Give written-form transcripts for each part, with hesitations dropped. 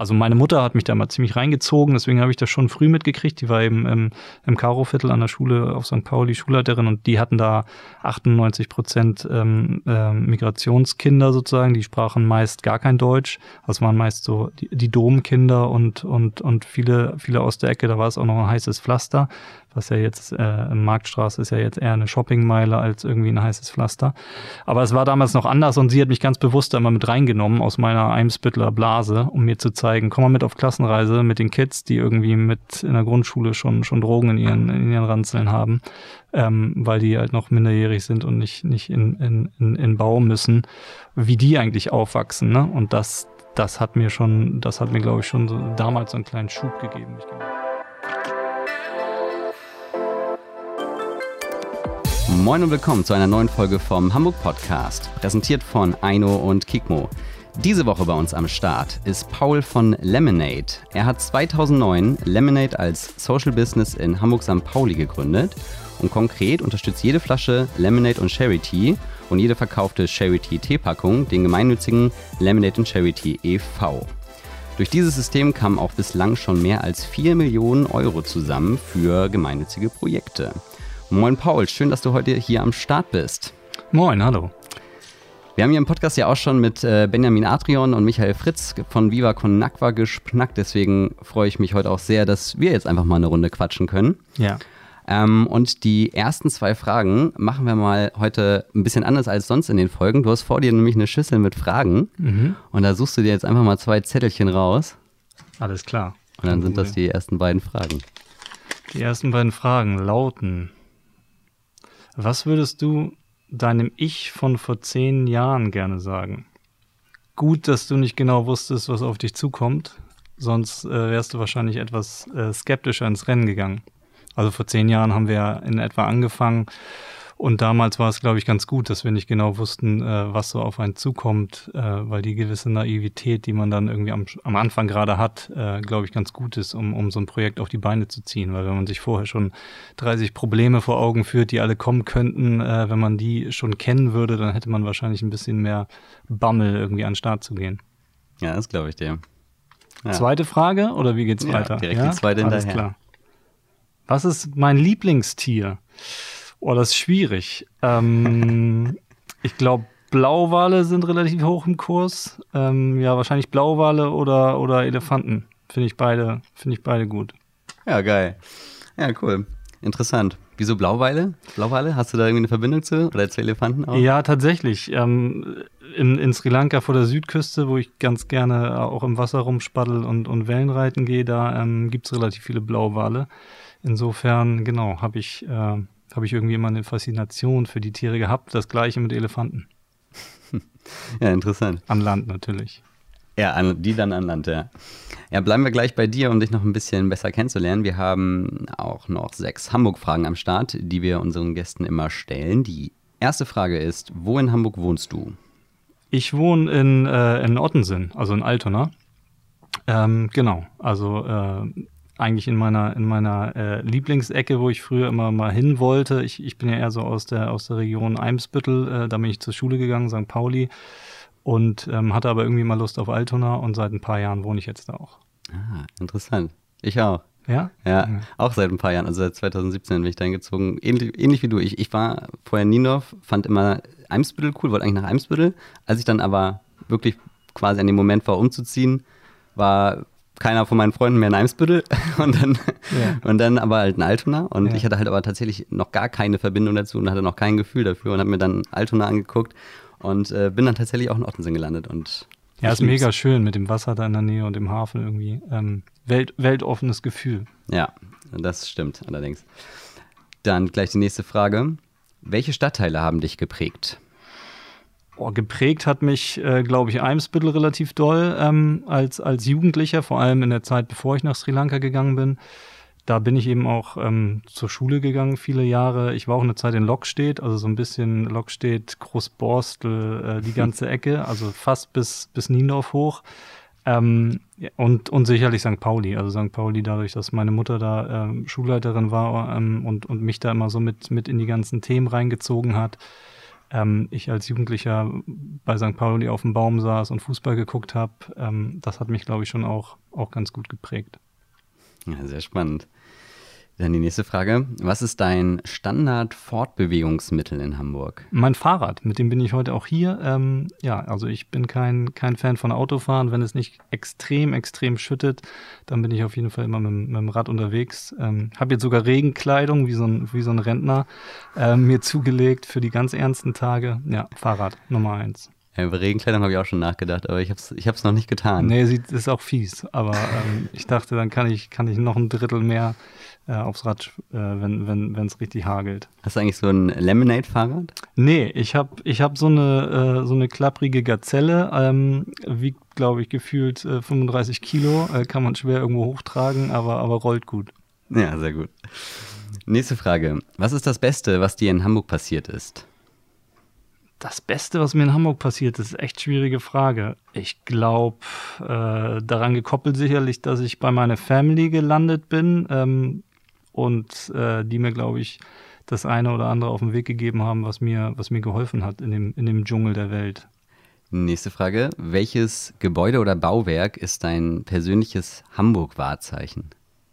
Also meine Mutter hat mich da mal ziemlich reingezogen, deswegen habe ich das schon früh mitgekriegt. Die war eben im Karo-Viertel an der Schule auf St. Pauli Schulleiterin und die hatten da 98% Migrationskinder sozusagen. Die sprachen meist gar kein Deutsch. Das waren meist so die Domkinder und viele aus der Ecke. Da war es auch noch ein heißes Pflaster, was ja jetzt Marktstraße ist ja jetzt eher eine Shoppingmeile als irgendwie ein heißes Pflaster. Aber es war damals noch anders und sie hat mich ganz bewusst da immer mit reingenommen aus meiner Eimsbütteler Blase, um mir zu zeigen, komm mal mit auf Klassenreise mit den Kids, die irgendwie mit in der Grundschule schon Drogen in ihren Ranzeln haben, weil die halt noch minderjährig sind und nicht in Bau müssen, wie die eigentlich aufwachsen, ne? Und das hat mir glaube ich schon so damals so einen kleinen Schub gegeben. Moin und willkommen zu einer neuen Folge vom Hamburg Podcast, präsentiert von Aino und Kikmo. Diese Woche bei uns am Start ist Paul von Lemonade. Er hat 2009 Lemonade als Social Business in Hamburg-St. Pauli gegründet und konkret unterstützt jede Flasche Lemonade und Charity und jede verkaufte Charity-Teepackung den gemeinnützigen Lemonade & Charity e.V. Durch dieses System kamen auch bislang schon mehr als 4 Millionen Euro zusammen für gemeinnützige Projekte. Moin Paul, schön, dass du heute hier am Start bist. Moin, hallo. Wir haben hier im Podcast ja auch schon mit Benjamin Adrian und Michael Fritz von Viva Con Agua geschnackt, deswegen freue ich mich heute auch sehr, dass wir jetzt einfach mal eine Runde quatschen können. Ja. Und die ersten 2 Fragen machen wir mal heute ein bisschen anders als sonst in den Folgen. Du hast vor dir nämlich eine Schüssel mit Fragen und da suchst du dir jetzt einfach mal 2 Zettelchen raus. Alles klar. Und dann sind das die ersten beiden Fragen. Die ersten beiden Fragen lauten: Was würdest du deinem Ich von vor 10 Jahren gerne sagen? Gut, dass du nicht genau wusstest, was auf dich zukommt, sonst wärst du wahrscheinlich etwas skeptischer ins Rennen gegangen. Also vor 10 Jahren haben wir ja in etwa angefangen und damals war es, glaube ich, ganz gut, dass wir nicht genau wussten, was so auf einen zukommt, weil die gewisse Naivität, die man dann irgendwie am Anfang gerade hat, glaube ich, ganz gut ist, um so ein Projekt auf die Beine zu ziehen. Weil wenn man sich vorher schon 30 Probleme vor Augen führt, die alle kommen könnten, wenn man die schon kennen würde, dann hätte man wahrscheinlich ein bisschen mehr Bammel, irgendwie an den Start zu gehen. Ja, das glaube ich dir. Ja. Zweite Frage oder wie geht's weiter? Direkt die zweite Alles hinterher. Klar. Was ist mein Lieblingstier? Oh, das ist schwierig. Ich glaube, Blauwale sind relativ hoch im Kurs. Ja, wahrscheinlich Blauwale oder Elefanten. Finde ich beide gut. Ja, geil. Ja, cool. Interessant. Wieso Blauwale? Blauwale? Hast du da irgendwie eine Verbindung zu? Oder zu Elefanten auch? Ja, tatsächlich. In Sri Lanka vor der Südküste, wo ich ganz gerne auch im Wasser rumspaddel und Wellenreiten gehe, da gibt es relativ viele Blauwale. Insofern, genau, habe ich irgendwie immer eine Faszination für die Tiere gehabt. Das Gleiche mit Elefanten. Ja, interessant. An Land natürlich. Ja, die dann an Land, ja. Ja, bleiben wir gleich bei dir, um dich noch ein bisschen besser kennenzulernen. Wir haben auch noch 6 Hamburg-Fragen am Start, die wir unseren Gästen immer stellen. Die erste Frage ist: Wo in Hamburg wohnst du? Ich wohne in Ottensen, also in Altona. Genau, also eigentlich in meiner Lieblingsecke, wo ich früher immer mal hin wollte. Ich bin ja eher so aus der Region Eimsbüttel, da bin ich zur Schule gegangen, St. Pauli, und hatte aber irgendwie mal Lust auf Altona und seit ein paar Jahren wohne ich jetzt da auch. Ah, interessant. Ich auch. Ja? Ja, auch seit ein paar Jahren, also seit 2017 bin ich da hingezogen. Ähnlich wie du. Ich war vorher in Niendorf, fand immer Eimsbüttel cool, wollte eigentlich nach Eimsbüttel. Als ich dann aber wirklich quasi an dem Moment war, umzuziehen, war keiner von meinen Freunden mehr in Eimsbüttel und dann aber halt in Altona und ich hatte halt aber tatsächlich noch gar keine Verbindung dazu und hatte noch kein Gefühl dafür und habe mir dann Altona angeguckt und bin dann tatsächlich auch in Ottensen gelandet. Und ja, ist mega schön mit dem Wasser da in der Nähe und dem Hafen irgendwie. Weltoffenes Gefühl. Ja, das stimmt allerdings. Dann gleich die nächste Frage. Welche Stadtteile haben dich geprägt? Geprägt hat mich, glaube ich, Eimsbüttel relativ doll als Jugendlicher, vor allem in der Zeit, bevor ich nach Sri Lanka gegangen bin. Da bin ich eben auch zur Schule gegangen, viele Jahre. Ich war auch eine Zeit in Lokstedt, also so ein bisschen Lokstedt, Großborstel, die ganze Ecke, also fast bis Niendorf hoch. Und sicherlich St. Pauli. Also St. Pauli, dadurch, dass meine Mutter da Schulleiterin war und mich da immer so mit in die ganzen Themen reingezogen hat. ich als Jugendlicher bei St. Pauli auf dem Baum saß und Fußball geguckt habe. Das hat mich, glaube ich, schon auch ganz gut geprägt. Ja, sehr spannend. Dann die nächste Frage. Was ist dein Standard-Fortbewegungsmittel in Hamburg? Mein Fahrrad, mit dem bin ich heute auch hier. Also ich bin kein Fan von Autofahren. Wenn es nicht extrem schüttet, dann bin ich auf jeden Fall immer mit dem Rad unterwegs. Habe jetzt sogar Regenkleidung, wie so ein Rentner, mir zugelegt für die ganz ernsten Tage. Ja, Fahrrad, Nummer 1. Ja, über Regenkleidung habe ich auch schon nachgedacht, aber ich hab's noch nicht getan. Nee, ist auch fies. Aber ich dachte, dann kann ich noch ein Drittel mehr aufs Rad, wenn es richtig hagelt. Hast du eigentlich so ein Lemonade-Fahrrad? Nee, ich hab so eine klapprige Gazelle, wiegt, glaube ich, gefühlt 35 Kilo, kann man schwer irgendwo hochtragen, aber rollt gut. Ja, sehr gut. Nächste Frage. Was ist das Beste, was dir in Hamburg passiert ist? Das Beste, was mir in Hamburg passiert ist, echt schwierige Frage. Ich glaube, daran gekoppelt sicherlich, dass ich bei meiner Family gelandet bin und die mir, glaube ich, das eine oder andere auf den Weg gegeben haben, was mir geholfen hat in dem Dschungel der Welt. Nächste Frage. Welches Gebäude oder Bauwerk ist dein persönliches Hamburg-Wahrzeichen?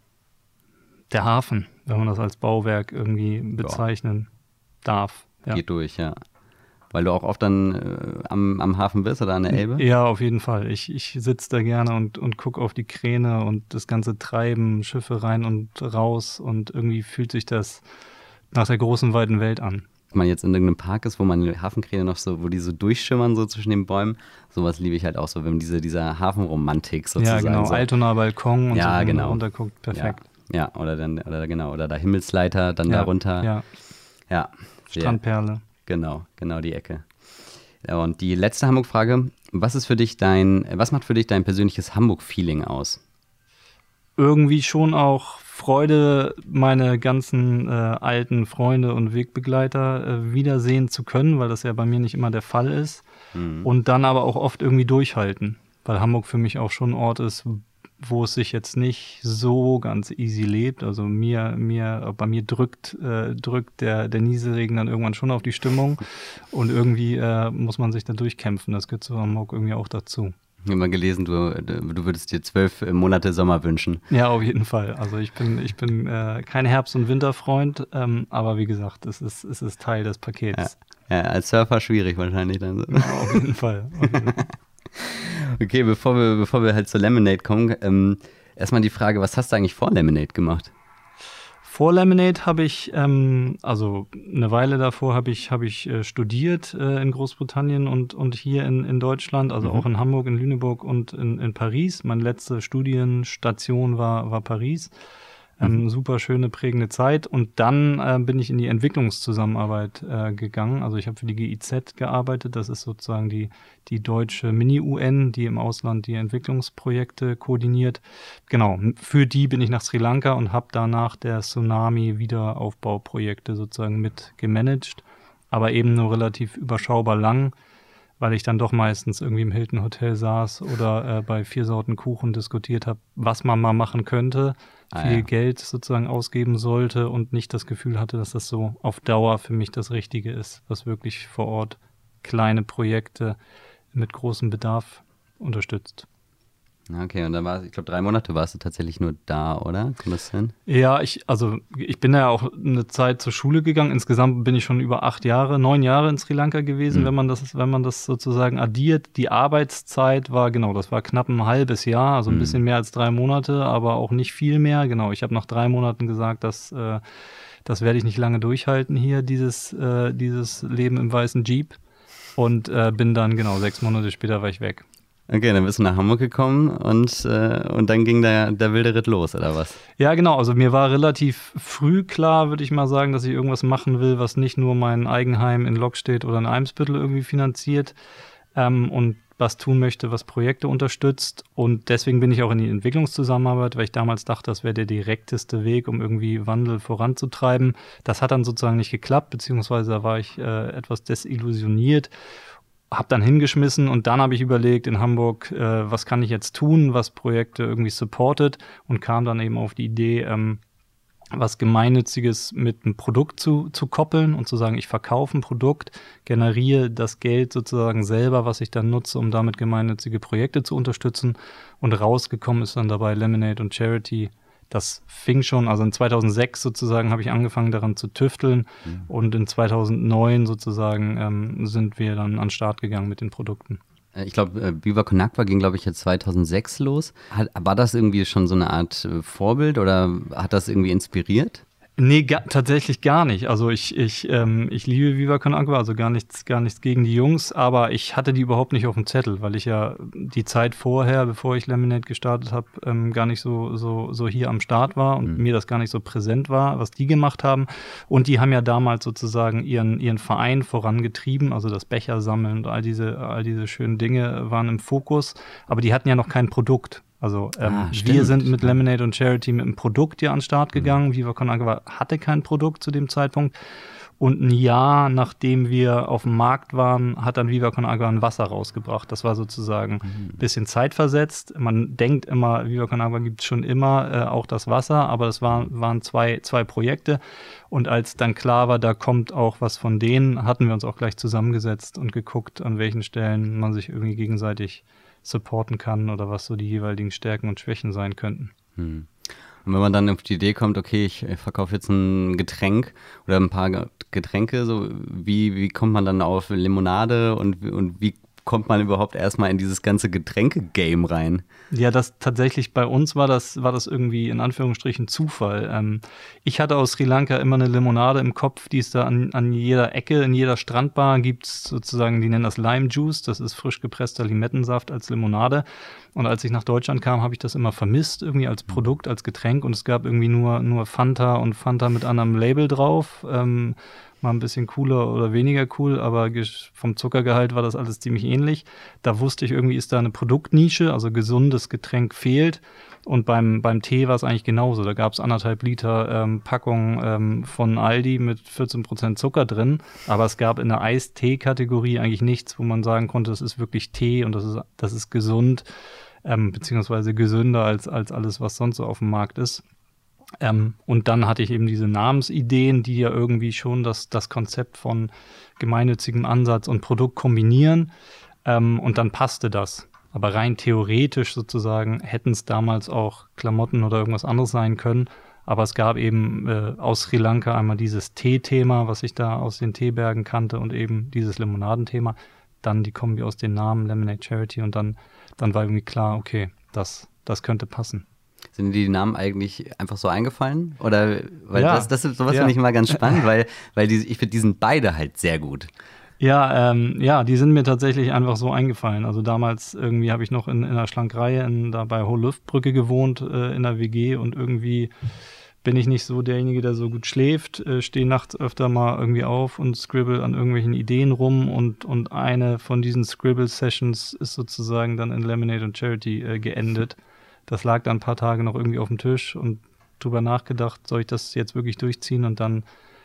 Der Hafen, wenn man das als Bauwerk irgendwie bezeichnen darf. Ja. Geht durch, ja. Weil du auch oft dann am Hafen bist oder an der Elbe? Ja, auf jeden Fall. Ich sitze da gerne und gucke auf die Kräne und das ganze Treiben, Schiffe rein und raus und irgendwie fühlt sich das nach der großen, weiten Welt an. Wenn man jetzt in irgendeinem Park ist, wo man die Hafenkräne noch so, wo die so durchschimmern so zwischen den Bäumen, sowas liebe ich halt auch so, wenn dieser Hafenromantik sozusagen. Ja, genau, so. Altonaer Balkon und ja, so, wenn genau. man runterguckt, perfekt. Ja, oder der Himmelsleiter dann da runter. Ja. Strandperle. Genau die Ecke. Ja, und die letzte Hamburg-Frage, was macht für dich dein persönliches Hamburg-Feeling aus? Irgendwie schon auch Freude, meine ganzen alten Freunde und Wegbegleiter wiedersehen zu können, weil das ja bei mir nicht immer der Fall ist. Und dann aber auch oft irgendwie durchhalten, weil Hamburg für mich auch schon ein Ort ist, wo es sich jetzt nicht so ganz easy lebt. Also bei mir drückt der Nieselregen dann irgendwann schon auf die Stimmung und irgendwie muss man sich da durchkämpfen. Das gehört zu Hamburg irgendwie auch dazu. Ich habe mal gelesen, du würdest dir 12 Monate Sommer wünschen. Ja, auf jeden Fall. Also ich bin kein Herbst- und Winterfreund, aber wie gesagt, es ist Teil des Pakets. Ja, als Surfer schwierig wahrscheinlich dann. Ja, auf jeden Fall. Okay, bevor wir halt zu Lemonade kommen, erstmal die Frage, was hast du eigentlich vor Lemonade gemacht? Vor Lemonade habe ich, also eine Weile davor habe ich studiert in Großbritannien und hier in Deutschland, also auch in Hamburg, in Lüneburg und in Paris. Meine letzte Studienstation war Paris. Super schöne, prägende Zeit. Und dann bin ich in die Entwicklungszusammenarbeit gegangen. Also ich habe für die GIZ gearbeitet. Das ist sozusagen die deutsche Mini-UN, die im Ausland die Entwicklungsprojekte koordiniert. Genau, für die bin ich nach Sri Lanka und habe danach der Tsunami-Wiederaufbauprojekte sozusagen mit gemanagt. Aber eben nur relativ überschaubar lang, weil ich dann doch meistens irgendwie im Hilton Hotel saß oder bei 4 Sorten Kuchen diskutiert habe, was man mal machen könnte, viel Geld sozusagen ausgeben sollte und nicht das Gefühl hatte, dass das so auf Dauer für mich das Richtige ist, was wirklich vor Ort kleine Projekte mit großem Bedarf unterstützt. Okay, und dann ich glaube 3 Monate warst du tatsächlich nur da, oder? Kann das sein? Ja, ich bin ja auch eine Zeit zur Schule gegangen. Insgesamt bin ich schon über 9 Jahre in Sri Lanka gewesen, wenn man das sozusagen addiert. Die Arbeitszeit war, das war knapp ein halbes Jahr, also ein bisschen mehr als 3 Monate, aber auch nicht viel mehr. Genau, ich habe nach 3 Monaten gesagt, das werde ich nicht lange durchhalten hier, dieses Leben im weißen Jeep. Und bin dann, 6 Monate später war ich weg. Okay, dann bist du nach Hamburg gekommen und dann ging der wilde Ritt los, oder was? Ja, genau. Also mir war relativ früh klar, würde ich mal sagen, dass ich irgendwas machen will, was nicht nur mein Eigenheim in Lokstedt oder in Eimsbüttel irgendwie finanziert und was tun möchte, was Projekte unterstützt. Und deswegen bin ich auch in die Entwicklungszusammenarbeit, weil ich damals dachte, das wäre der direkteste Weg, um irgendwie Wandel voranzutreiben. Das hat dann sozusagen nicht geklappt, beziehungsweise da war ich etwas desillusioniert. Habe dann hingeschmissen und dann habe ich überlegt in Hamburg, was kann ich jetzt tun, was Projekte irgendwie supportet und kam dann eben auf die Idee, was Gemeinnütziges mit einem Produkt zu koppeln und zu sagen, ich verkaufe ein Produkt, generiere das Geld sozusagen selber, was ich dann nutze, um damit gemeinnützige Projekte zu unterstützen. Und rausgekommen ist dann dabei Lemonade und Charity. Das fing schon, also in 2006 sozusagen habe ich angefangen daran zu tüfteln und in 2009 sozusagen sind wir dann an den Start gegangen mit den Produkten. Ich glaube, Viva Con Agua ging, glaube ich, jetzt 2006 los. War das irgendwie schon so eine Art Vorbild oder hat das irgendwie inspiriert? Nee, tatsächlich gar nicht. Also ich liebe Viva Con Agua, also gar nichts gegen die Jungs, aber ich hatte die überhaupt nicht auf dem Zettel, weil ich ja die Zeit vorher, bevor ich Lemonade gestartet habe, gar nicht so hier am Start war und mir das gar nicht so präsent war, was die gemacht haben. Und die haben ja damals sozusagen ihren Verein vorangetrieben, also das Becher sammeln und all diese schönen Dinge waren im Fokus, aber die hatten ja noch kein Produkt. Also wir sind mit Lemonade und Charity mit einem Produkt hier an den Start gegangen. Viva Con Agua hatte kein Produkt zu dem Zeitpunkt. Und ein Jahr, nachdem wir auf dem Markt waren, hat dann Viva Con Agua ein Wasser rausgebracht. Das war sozusagen ein bisschen zeitversetzt. Man denkt immer, Viva Con Agua gibt es schon immer, auch das Wasser. Aber das waren zwei Projekte. Und als dann klar war, da kommt auch was von denen, hatten wir uns auch gleich zusammengesetzt und geguckt, an welchen Stellen man sich irgendwie gegenseitig supporten kann oder was so die jeweiligen Stärken und Schwächen sein könnten. Und wenn man dann auf die Idee kommt, okay, ich verkaufe jetzt ein Getränk oder ein paar Getränke, so wie kommt man dann auf Limonade und wie kommt man überhaupt erstmal in dieses ganze Getränke-Game rein? Ja, das tatsächlich bei uns war das irgendwie in Anführungsstrichen Zufall. Ich hatte aus Sri Lanka immer eine Limonade im Kopf, die es da an jeder Ecke, in jeder Strandbar gibt es sozusagen, die nennen das Lime Juice, das ist frisch gepresster Limettensaft als Limonade. Und als ich nach Deutschland kam, habe ich das immer vermisst, irgendwie als Produkt, als Getränk. Und es gab irgendwie nur Fanta und Fanta mit anderem Label drauf. Mal ein bisschen cooler oder weniger cool, aber vom Zuckergehalt war das alles ziemlich ähnlich. Da wusste ich, irgendwie ist da eine Produktnische, also gesundes Getränk fehlt. Und beim Tee war es eigentlich genauso. Da gab es 1,5 Liter Packung von Aldi mit 14% Zucker drin. Aber es gab in der Eistee-Kategorie eigentlich nichts, wo man sagen konnte, das ist wirklich Tee und das ist gesund, beziehungsweise gesünder als alles, was sonst so auf dem Markt ist. Und dann hatte ich eben diese Namensideen, die ja irgendwie schon das Konzept von gemeinnützigem Ansatz und Produkt kombinieren. Und dann passte das. Aber rein theoretisch sozusagen hätten es damals auch Klamotten oder irgendwas anderes sein können. Aber es gab eben aus Sri Lanka einmal dieses Tee-Thema, was ich da aus den Teebergen kannte, und eben dieses Limonadenthema. Dann die Kombi aus den Namen Lemonade Charity und dann war irgendwie klar, okay, das könnte passen. Sind die Namen eigentlich einfach so eingefallen? Oder, weil ja, sowas finde ich immer ganz spannend, weil ich finde, die sind beide halt sehr gut. Ja, die sind mir tatsächlich einfach so eingefallen. Also damals irgendwie habe ich noch in einer Schlankerei da bei Hohe-Luft-Brücke gewohnt, in der WG, und irgendwie bin ich nicht so derjenige, der so gut schläft, stehe nachts öfter mal irgendwie auf und scribble an irgendwelchen Ideen rum, und eine von diesen Scribble-Sessions ist sozusagen dann in Lemonade und Charity geendet. Das lag dann ein paar Tage noch irgendwie auf dem Tisch und drüber nachgedacht, soll ich das jetzt wirklich durchziehen? Und dann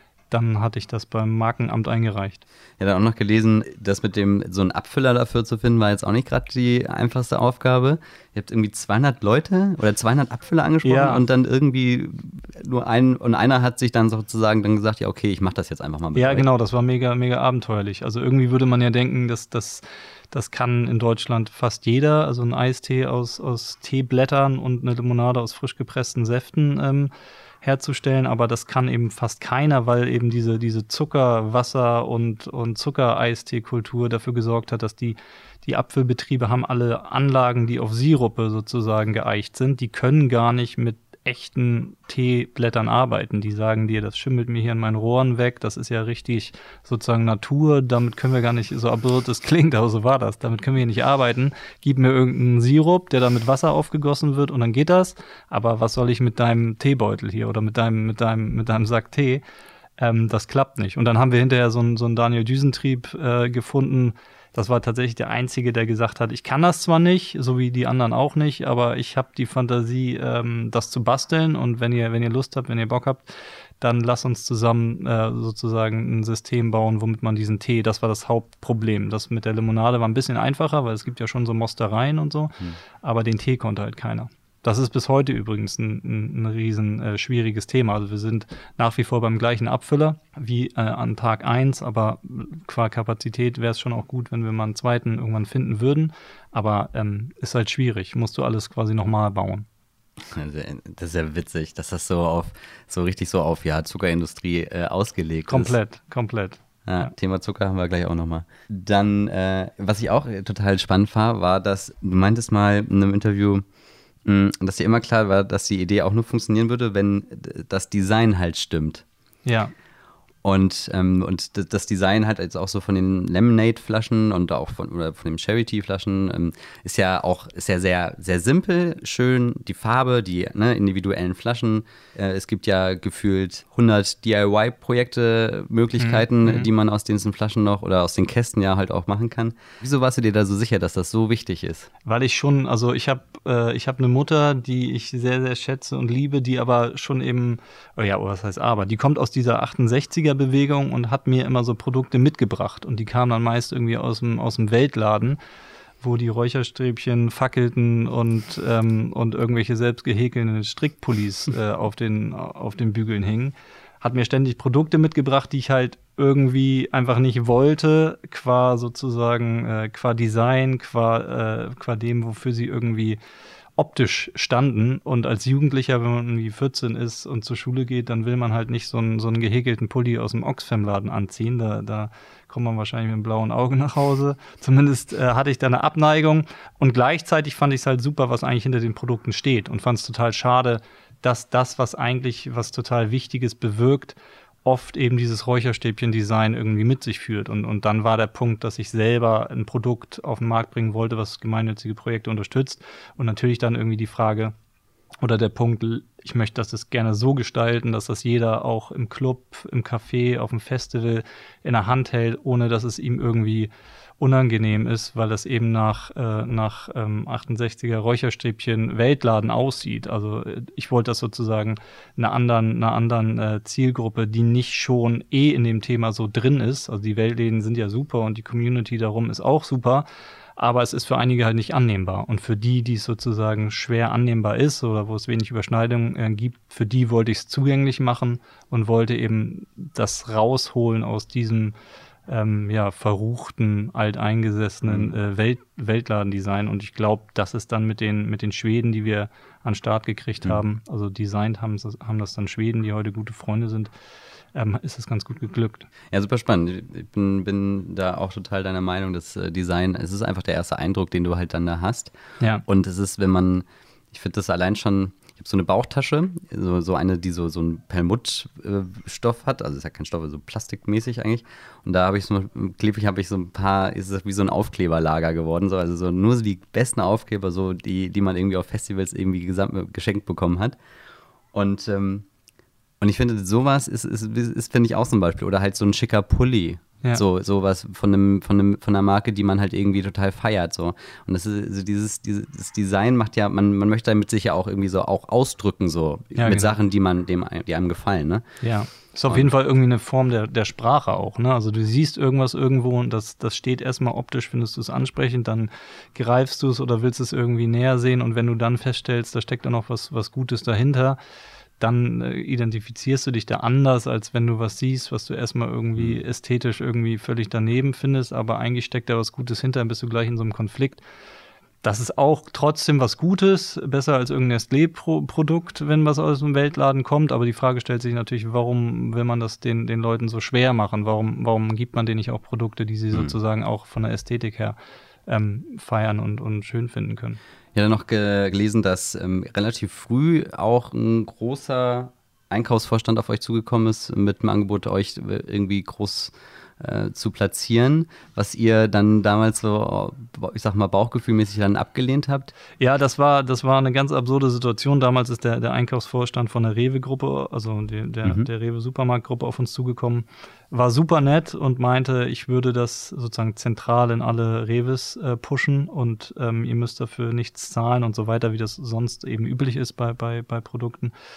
hatte ich das beim Markenamt eingereicht. Ja, dann auch noch gelesen, das mit dem, so einen Abfüller dafür zu finden, war jetzt auch nicht gerade die einfachste Aufgabe. Ihr habt irgendwie 200 Leute oder 200 Abfüller angesprochen, und dann irgendwie nur einer hat sich dann sozusagen dann gesagt, ja okay, ich mache das jetzt einfach mal mit euch. Genau, das war mega, mega abenteuerlich. Also irgendwie würde man ja denken, dass das kann in Deutschland fast jeder, also ein Eistee aus Teeblättern und eine Limonade aus frisch gepressten Säften herzustellen, aber das kann eben fast keiner, weil eben diese Zucker-, Wasser- und Zuckereistee-Kultur dafür gesorgt hat, dass die Apfelbetriebe haben alle Anlagen, die auf Sirupe sozusagen geeicht sind, die können gar nicht mit echten Teeblättern arbeiten. Die sagen dir, das schimmelt mir hier in meinen Rohren weg, das ist ja richtig sozusagen Natur, damit können wir gar nicht, so absurd es klingt, aber so war das, damit können wir hier nicht arbeiten. Gib mir irgendeinen Sirup, der dann mit Wasser aufgegossen wird, und dann geht das, aber was soll ich mit deinem Teebeutel hier oder mit deinem Sack Tee? Das klappt nicht. Und dann haben wir hinterher so einen Daniel Düsentrieb gefunden. Das war tatsächlich der Einzige, der gesagt hat, ich kann das zwar nicht, so wie die anderen auch nicht, aber ich habe die Fantasie, das zu basteln, und wenn ihr Lust habt, wenn ihr Bock habt, dann lasst uns zusammen sozusagen ein System bauen, womit man diesen Tee, das war das Hauptproblem. Das mit der Limonade war ein bisschen einfacher, weil es gibt ja schon so Mostereien und so, aber den Tee konnte halt keiner. Das ist bis heute übrigens ein riesen schwieriges Thema. Also wir sind nach wie vor beim gleichen Abfüller wie an Tag 1, aber qua Kapazität wäre es schon auch gut, wenn wir mal einen zweiten irgendwann finden würden. Aber ist halt schwierig, musst du alles quasi nochmal bauen. Das ist ja witzig, dass das so richtig auf Zuckerindustrie ausgelegt ist. Komplett. Ja. Thema Zucker haben wir gleich auch nochmal. Dann, was ich auch total spannend war, dass du meintest mal in einem Interview, dass dir immer klar war, dass die Idee auch nur funktionieren würde, wenn das Design halt stimmt. Ja. Und das Design halt jetzt auch so von den Lemonade-Flaschen und auch von den Charity-Flaschen ist ja sehr, sehr simpel, schön, die Farbe, die individuellen Flaschen. Es gibt ja gefühlt 100 DIY-Projekte, Möglichkeiten, die man aus diesen Flaschen noch oder aus den Kästen ja halt auch machen kann. Wieso warst du dir da so sicher, dass das so wichtig ist? Weil ich schon, also ich hab eine Mutter, die ich sehr, sehr schätze und liebe, die aber schon eben, was heißt aber, die kommt aus dieser 68er-Bewegung und hat mir immer so Produkte mitgebracht. Und die kamen dann meist irgendwie aus dem Weltladen, wo die Räucherstäbchen fackelten und irgendwelche selbst gehäkelten Strickpullis auf den Bügeln hingen. Hat mir ständig Produkte mitgebracht, die ich halt irgendwie einfach nicht wollte, qua Design, qua dem, wofür sie irgendwie optisch standen. Und als Jugendlicher, wenn man irgendwie 14 ist und zur Schule geht, dann will man halt nicht so einen gehäkelten Pulli aus dem Oxfam-Laden anziehen. Da kommt man wahrscheinlich mit einem blauen Auge nach Hause. Zumindest hatte ich da eine Abneigung. Und gleichzeitig fand ich es halt super, was eigentlich hinter den Produkten steht. Und fand es total schade, dass das, was total Wichtiges bewirkt, oft eben dieses Räucherstäbchen-Design irgendwie mit sich führt. Und dann war der Punkt, dass ich selber ein Produkt auf den Markt bringen wollte, was gemeinnützige Projekte unterstützt. Und natürlich dann irgendwie die Frage oder der Punkt, ich möchte das gerne so gestalten, dass das jeder auch im Club, im Café, auf dem Festival in der Hand hält, ohne dass es ihm irgendwie unangenehm ist, weil es eben nach 68er Räucherstäbchen Weltladen aussieht. Also ich wollte das sozusagen einer anderen Zielgruppe, die nicht schon in dem Thema so drin ist. Also die Weltläden sind ja super und die Community darum ist auch super, aber es ist für einige halt nicht annehmbar. Und für die es sozusagen schwer annehmbar ist oder wo es wenig Überschneidungen gibt, für die wollte ich es zugänglich machen und wollte eben das rausholen aus diesem verruchten, alteingesessenen Weltladendesign. Und ich glaube, das ist dann mit den Schweden, die wir an den Start gekriegt haben, also designt haben das dann Schweden, die heute gute Freunde sind, ist es ganz gut geglückt. Ja, super spannend. Ich bin da auch total deiner Meinung, dass Design, es ist einfach der erste Eindruck, den du halt dann da hast. Ja. Und es ist, ich finde das allein schon, ich habe so eine Bauchtasche, so eine, die so einen Perlmutt-Stoff hat, also ist ja kein Stoff, so plastikmäßig eigentlich. Und da habe ich so ein paar, ist es wie so ein Aufkleberlager geworden, also nur so die besten Aufkleber, so die man irgendwie auf Festivals irgendwie geschenkt bekommen hat. Und ich finde, sowas ist finde ich auch zum Beispiel, oder halt so ein schicker Pulli. Ja. So was von einer Marke, die man halt irgendwie total feiert. So. Und das ist so dieses Design macht ja, man möchte damit sich ja auch irgendwie so auch ausdrücken, so mit genau. Sachen, die einem gefallen, ne? Ja. Ist auf jeden Fall irgendwie eine Form der Sprache auch, ne? Also du siehst irgendwas irgendwo und das steht erstmal optisch, findest du es ansprechend, dann greifst du es oder willst es irgendwie näher sehen und wenn du dann feststellst, da steckt da noch was Gutes dahinter, dann identifizierst du dich da anders, als wenn du was siehst, was du erstmal irgendwie ästhetisch irgendwie völlig daneben findest, aber eigentlich steckt da was Gutes hinter, dann bist du gleich in so einem Konflikt. Das ist auch trotzdem was Gutes, besser als irgendein Nestlé-Produkt, wenn was aus dem Weltladen kommt, aber die Frage stellt sich natürlich, warum will man das den Leuten so schwer machen? Warum gibt man denen nicht auch Produkte, die sie sozusagen auch von der Ästhetik her feiern und schön finden können? Ich habe noch gelesen, dass relativ früh auch ein großer Einkaufsvorstand auf euch zugekommen ist mit dem Angebot, euch irgendwie groß zu platzieren, was ihr dann damals so, ich sag mal, bauchgefühlmäßig dann abgelehnt habt? Ja, das war eine ganz absurde Situation. Damals ist der Einkaufsvorstand von der Rewe-Gruppe, also der Rewe-Supermarktgruppe auf uns zugekommen, war super nett und meinte, ich würde das sozusagen zentral in alle Rewes pushen und ihr müsst dafür nichts zahlen und so weiter, wie das sonst eben üblich ist bei Produkten.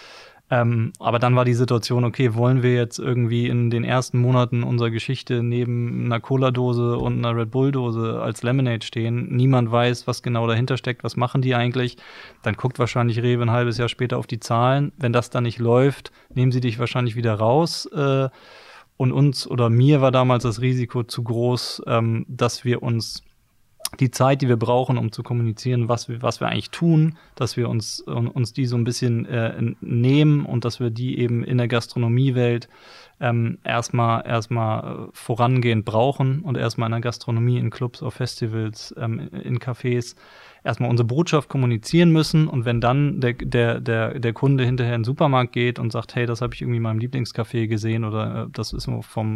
Aber dann war die Situation, okay, wollen wir jetzt irgendwie in den ersten Monaten unserer Geschichte neben einer Cola-Dose und einer Red Bull-Dose als Lemonade stehen? Niemand weiß, was genau dahinter steckt, was machen die eigentlich? Dann guckt wahrscheinlich Rewe ein halbes Jahr später auf die Zahlen. Wenn das dann nicht läuft, nehmen sie dich wahrscheinlich wieder raus. Und uns oder mir war damals das Risiko zu groß, dass wir uns die Zeit, die wir brauchen, um zu kommunizieren, was wir eigentlich tun, dass wir uns die so ein bisschen nehmen und dass wir die eben in der Gastronomiewelt erstmal vorangehend brauchen und erstmal in der Gastronomie, in Clubs, auf Festivals, in Cafés erstmal unsere Botschaft kommunizieren müssen. Und wenn dann der Kunde hinterher in den Supermarkt geht und sagt, hey, das habe ich irgendwie in meinem Lieblingscafé gesehen oder das ist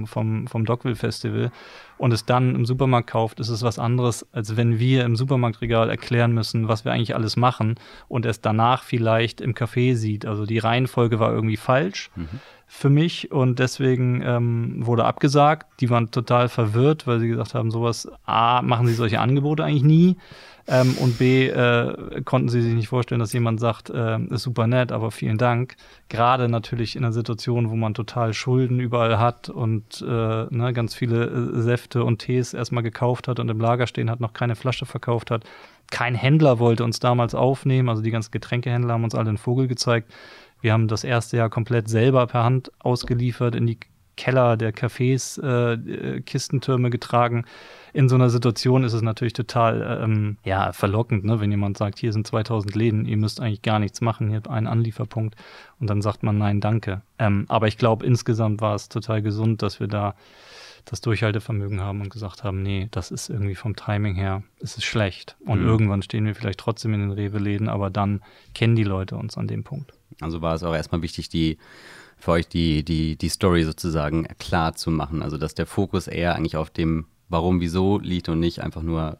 vom Dogville Festival und es dann im Supermarkt kauft, ist es was anderes, als wenn wir im Supermarktregal erklären müssen, was wir eigentlich alles machen und es danach vielleicht im Café sieht. Also die Reihenfolge war irgendwie falsch für mich und deswegen wurde abgesagt. Die waren total verwirrt, weil sie gesagt haben, sowas, A, machen sie solche Angebote eigentlich nie und B, konnten sie sich nicht vorstellen, dass jemand sagt, ist super nett, aber vielen Dank. Gerade natürlich in einer Situation, wo man total Schulden überall hat und ganz viele Säfte und Tees erstmal gekauft hat und im Lager stehen hat, noch keine Flasche verkauft hat. Kein Händler wollte uns damals aufnehmen, also die ganzen Getränkehändler haben uns alle den Vogel gezeigt. Wir haben das erste Jahr komplett selber per Hand ausgeliefert, in die Keller der Cafés Kistentürme getragen. In so einer Situation ist es natürlich total verlockend, ne? Wenn jemand sagt, hier sind 2000 Läden, ihr müsst eigentlich gar nichts machen, hier habt einen Anlieferpunkt und dann sagt man nein, danke. Aber ich glaube, insgesamt war es total gesund, dass wir da das Durchhaltevermögen haben und gesagt haben, nee, das ist irgendwie vom Timing her, es ist schlecht. Und irgendwann stehen wir vielleicht trotzdem in den Rewe-Läden, aber dann kennen die Leute uns an dem Punkt. Also war es auch erstmal wichtig, für euch die Story sozusagen klar zu machen. Also dass der Fokus eher eigentlich auf dem Warum, Wieso liegt und nicht einfach nur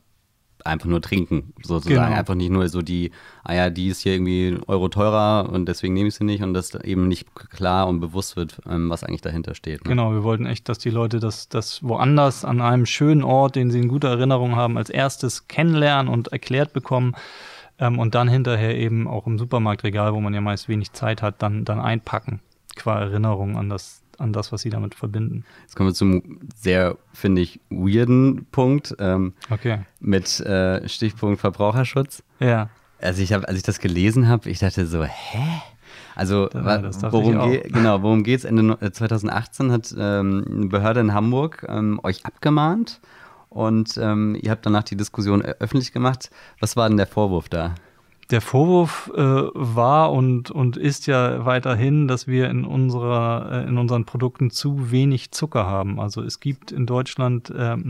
trinken, sozusagen. Genau. Einfach nicht nur so die ist hier irgendwie einen Euro teurer und deswegen nehme ich sie nicht und dass eben nicht klar und bewusst wird, was eigentlich dahinter steht. Ne? Genau, wir wollten echt, dass die Leute das woanders an einem schönen Ort, den sie in guter Erinnerung haben, als erstes kennenlernen und erklärt bekommen und dann hinterher eben auch im Supermarktregal, wo man ja meist wenig Zeit hat, dann einpacken, qua Erinnerung an das, was sie damit verbinden. Jetzt kommen wir zum sehr, finde ich, weirden Punkt mit Stichpunkt Verbraucherschutz. Ja. Also als ich das gelesen habe, ich dachte so, hä? Also worum geht's? Ende 2018 hat eine Behörde in Hamburg euch abgemahnt und ihr habt danach die Diskussion öffentlich gemacht. Was war denn der Vorwurf da? Der Vorwurf war und ist ja weiterhin, dass wir in unseren Produkten zu wenig Zucker haben. Also es gibt in Deutschland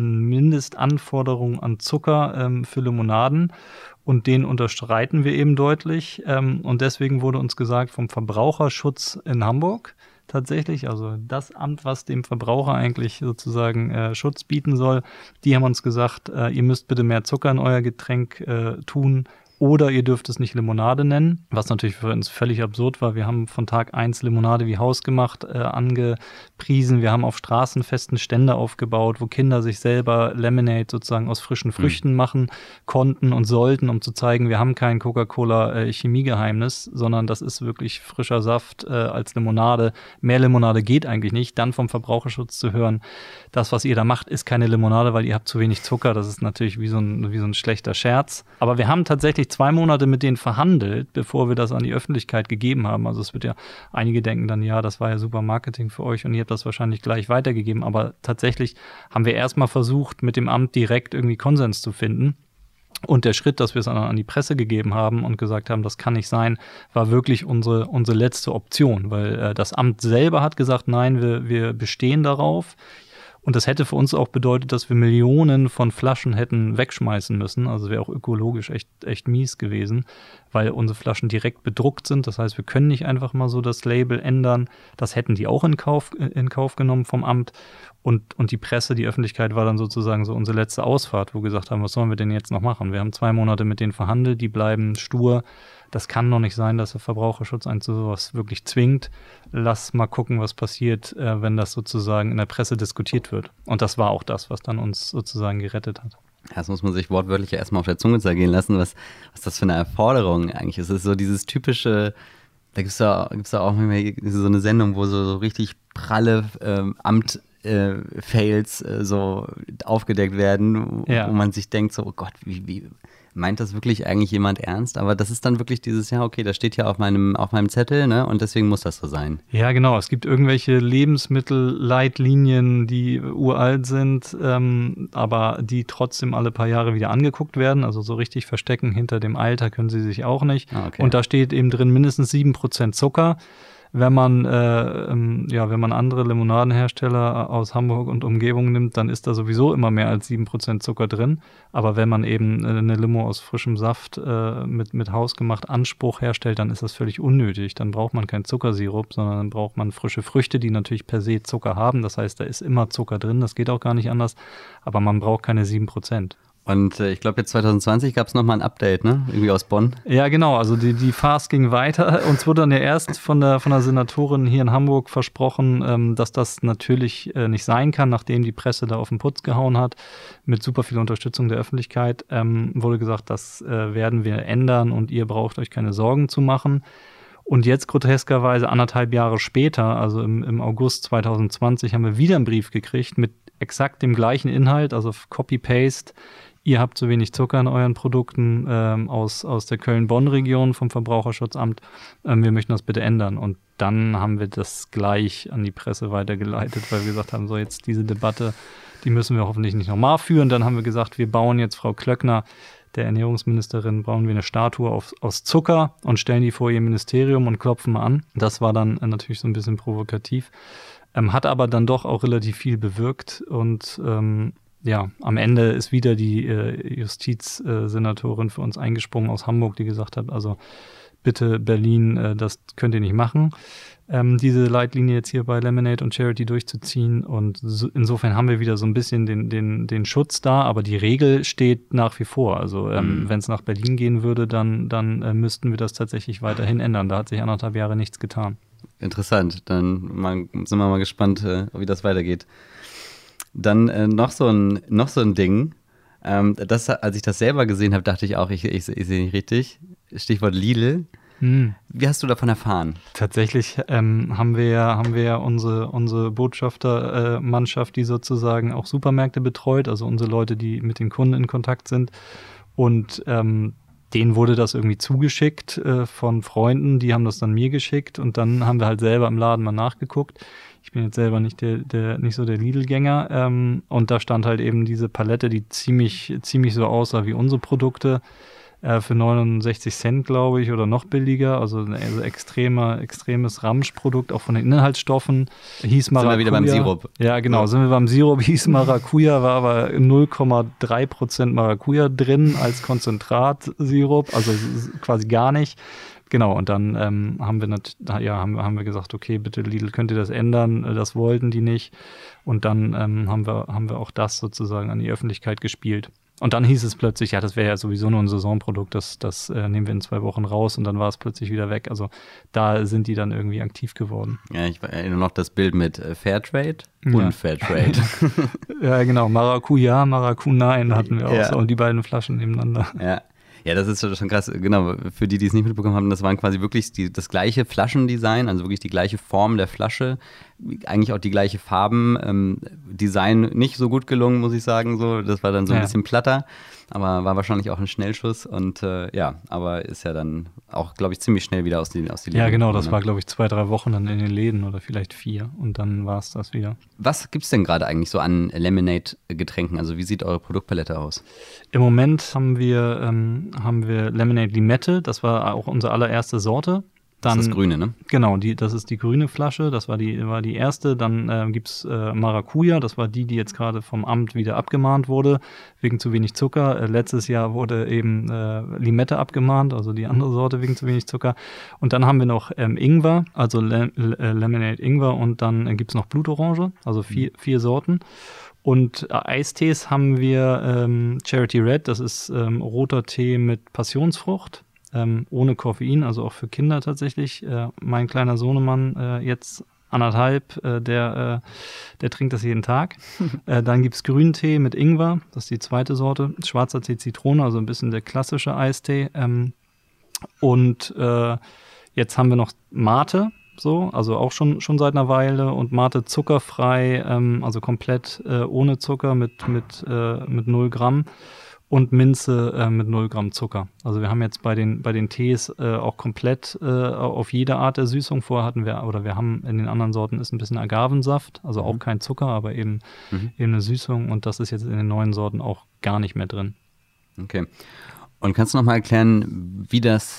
Mindestanforderungen an Zucker für Limonaden und den unterstreiten wir eben deutlich. Und deswegen wurde uns gesagt vom Verbraucherschutz in Hamburg tatsächlich, also das Amt, was dem Verbraucher eigentlich sozusagen Schutz bieten soll, die haben uns gesagt, ihr müsst bitte mehr Zucker in euer Getränk tun, oder ihr dürft es nicht Limonade nennen, was natürlich für uns völlig absurd war. Wir haben von Tag 1 Limonade wie hausgemacht angepriesen. Wir haben auf Straßenfesten Stände aufgebaut, wo Kinder sich selber Lemonade sozusagen aus frischen Früchten machen konnten und sollten, um zu zeigen, wir haben kein Coca-Cola-Chemiegeheimnis, sondern das ist wirklich frischer Saft als Limonade. Mehr Limonade geht eigentlich nicht. Dann vom Verbraucherschutz zu hören, das, was ihr da macht, ist keine Limonade, weil ihr habt zu wenig Zucker. Das ist natürlich wie so ein schlechter Scherz. Aber wir haben tatsächlich 2 Monate mit denen verhandelt, bevor wir das an die Öffentlichkeit gegeben haben. Also es wird ja, einige denken dann, ja, das war ja super Marketing für euch und ihr habt das wahrscheinlich gleich weitergegeben. Aber tatsächlich haben wir erstmal versucht, mit dem Amt direkt irgendwie Konsens zu finden. Und der Schritt, dass wir es an die Presse gegeben haben und gesagt haben, das kann nicht sein, war wirklich unsere letzte Option. Weil das Amt selber hat gesagt, nein, wir bestehen darauf. Und das hätte für uns auch bedeutet, dass wir Millionen von Flaschen hätten wegschmeißen müssen. Also wäre auch ökologisch echt mies gewesen, weil unsere Flaschen direkt bedruckt sind. Das heißt, wir können nicht einfach mal so das Label ändern. Das hätten die auch in Kauf genommen vom Amt. Und die Presse, die Öffentlichkeit war dann sozusagen so unsere letzte Ausfahrt, wo wir gesagt haben, was sollen wir denn jetzt noch machen? Wir haben 2 Monate mit denen verhandelt, die bleiben stur. Das kann doch nicht sein, dass der Verbraucherschutz einen zu sowas wirklich zwingt. Lass mal gucken, was passiert, wenn das sozusagen in der Presse diskutiert wird. Und das war auch das, was dann uns sozusagen gerettet hat. Das muss man sich wortwörtlich ja erstmal auf der Zunge zergehen lassen, was das für eine Erforderung eigentlich ist. Es ist so dieses typische Da gibt's da auch manchmal so eine Sendung, wo so richtig pralle Fails so aufgedeckt werden, wo man sich denkt so, oh Gott, wie meint das wirklich eigentlich jemand ernst? Aber das ist dann wirklich dieses, ja, okay, das steht ja auf meinem Zettel, ne? Und deswegen muss das so sein. Ja, genau. Es gibt irgendwelche Lebensmittelleitlinien, die uralt sind, aber die trotzdem alle paar Jahre wieder angeguckt werden. Also so richtig verstecken hinter dem Alter können sie sich auch nicht. Okay. Und da steht eben drin mindestens 7% Zucker. Wenn man andere Limonadenhersteller aus Hamburg und Umgebung nimmt, dann ist da sowieso immer mehr als 7% Zucker drin. Aber wenn man eben eine Limo aus frischem Saft mit hausgemacht Anspruch herstellt, dann ist das völlig unnötig. Dann braucht man keinen Zuckersirup, sondern dann braucht man frische Früchte, die natürlich per se Zucker haben. Das heißt, da ist immer Zucker drin, das geht auch gar nicht anders. Aber man braucht keine 7%. Und ich glaube, jetzt 2020 gab es nochmal ein Update, ne? Irgendwie aus Bonn. Ja, genau. Also die Farce ging weiter. Uns wurde dann ja erst von der Senatorin hier in Hamburg versprochen, dass das natürlich nicht sein kann, nachdem die Presse da auf den Putz gehauen hat, mit super viel Unterstützung der Öffentlichkeit, wurde gesagt, das werden wir ändern und ihr braucht euch keine Sorgen zu machen. Und jetzt groteskerweise 1,5 Jahre später, also im August 2020, haben wir wieder einen Brief gekriegt mit exakt dem gleichen Inhalt, also Copy-Paste. Ihr habt zu wenig Zucker in euren Produkten aus der Köln-Bonn-Region vom Verbraucherschutzamt. Wir möchten das bitte ändern. Und dann haben wir das gleich an die Presse weitergeleitet, weil wir gesagt haben, so jetzt diese Debatte, die müssen wir hoffentlich nicht nochmal führen. Dann haben wir gesagt, wir bauen jetzt Frau Klöckner, der Ernährungsministerin, bauen wir eine Statue aus Zucker und stellen die vor ihr Ministerium und klopfen mal an. Das war dann natürlich so ein bisschen provokativ, hat aber dann doch auch relativ viel bewirkt und am Ende ist wieder die Justizsenatorin für uns eingesprungen aus Hamburg, die gesagt hat, also bitte Berlin, das könnt ihr nicht machen, diese Leitlinie jetzt hier bei Lemonade und Charity durchzuziehen. Und insofern haben wir wieder so ein bisschen den Schutz da, aber die Regel steht nach wie vor. Also wenn es nach Berlin gehen würde, dann müssten wir das tatsächlich weiterhin ändern. Da hat sich 1,5 Jahre nichts getan. Interessant, dann sind wir mal gespannt, wie das weitergeht. Dann noch so ein Ding, als ich das selber gesehen habe, dachte ich auch, ich sehe nicht richtig. Stichwort Lidl. Wie hast du davon erfahren? Tatsächlich haben wir unsere Botschaftermannschaft, die sozusagen auch Supermärkte betreut, also unsere Leute, die mit den Kunden in Kontakt sind. Und denen wurde das irgendwie zugeschickt von Freunden, die haben das dann mir geschickt und dann haben wir halt selber im Laden mal nachgeguckt. Ich bin jetzt selber nicht nicht so der Lidl-Gänger und da stand halt eben diese Palette, die ziemlich so aussah wie unsere Produkte für 69 Cent, glaube ich, oder noch billiger. Also ein extremes Ramschprodukt, auch von den Inhaltsstoffen. Hieß Maracuja. Sind wir wieder beim Sirup. Ja, genau, sind wir beim Sirup. Hieß Maracuja, war aber 0,3% Maracuja drin als Konzentratsirup, also quasi gar nicht. Genau, und dann haben wir gesagt, okay, bitte Lidl, könnt ihr das ändern? Das wollten die nicht. Und dann haben wir auch das sozusagen an die Öffentlichkeit gespielt. Und dann hieß es plötzlich, ja, das wäre ja sowieso nur ein Saisonprodukt, das nehmen wir in 2 Wochen raus und dann war es plötzlich wieder weg. Also da sind die dann irgendwie aktiv geworden. Ja, ich erinnere noch das Bild mit Fairtrade und Fairtrade. Ja, genau, Maracuja, Maracunein hatten wir auch so und die beiden Flaschen nebeneinander. Ja, das ist schon krass. Genau, für die es nicht mitbekommen haben, das waren quasi wirklich das gleiche Flaschendesign, also wirklich die gleiche Form der Flasche, eigentlich auch die gleiche Farben. Design nicht so gut gelungen, muss ich sagen. So, das war dann so ein bisschen platter, aber war wahrscheinlich auch ein Schnellschuss und aber ist ja dann auch, glaube ich, ziemlich schnell wieder aus den Läden. Ja, genau, das war, glaube ich, 2-3 Wochen dann in den Läden oder vielleicht 4 und dann war es das wieder. Was gibt's denn gerade eigentlich so an Lemonade-Getränken? Also wie sieht eure Produktpalette aus? Im Moment haben wir Lemonade Limette, das war auch unsere allererste Sorte. Dann, das ist das Grüne, ne? Genau, das ist die grüne Flasche, das war die erste. Dann gibt's Maracuja, das war die jetzt gerade vom Amt wieder abgemahnt wurde, wegen zu wenig Zucker. Letztes Jahr wurde eben Limette abgemahnt, also die andere Sorte wegen zu wenig Zucker. Und dann haben wir noch Ingwer, also Lemonade Ingwer und dann gibt's noch Blutorange, also 4 Sorten. Und Eistees haben wir Charity Red, das ist roter Tee mit Passionsfrucht. Ohne Koffein, also auch für Kinder tatsächlich. Mein kleiner Sohnemann, jetzt 1,5, der trinkt das jeden Tag. Dann gibt's Grüntee mit Ingwer, das ist die zweite Sorte. Schwarzer Tee Zitrone, also ein bisschen der klassische Eistee. Jetzt haben wir noch Mate, so, also auch schon seit einer Weile, und Mate zuckerfrei, also komplett ohne Zucker mit 0 Gramm. Und Minze mit 0 Gramm Zucker. Also wir haben jetzt bei den Tees auch komplett auf jede Art der Süßung. Vorher wir haben in den anderen Sorten ist ein bisschen Agavensaft, also auch kein Zucker, aber eben eine Süßung. Und das ist jetzt in den neuen Sorten auch gar nicht mehr drin. Okay. Und kannst du noch mal erklären, wie das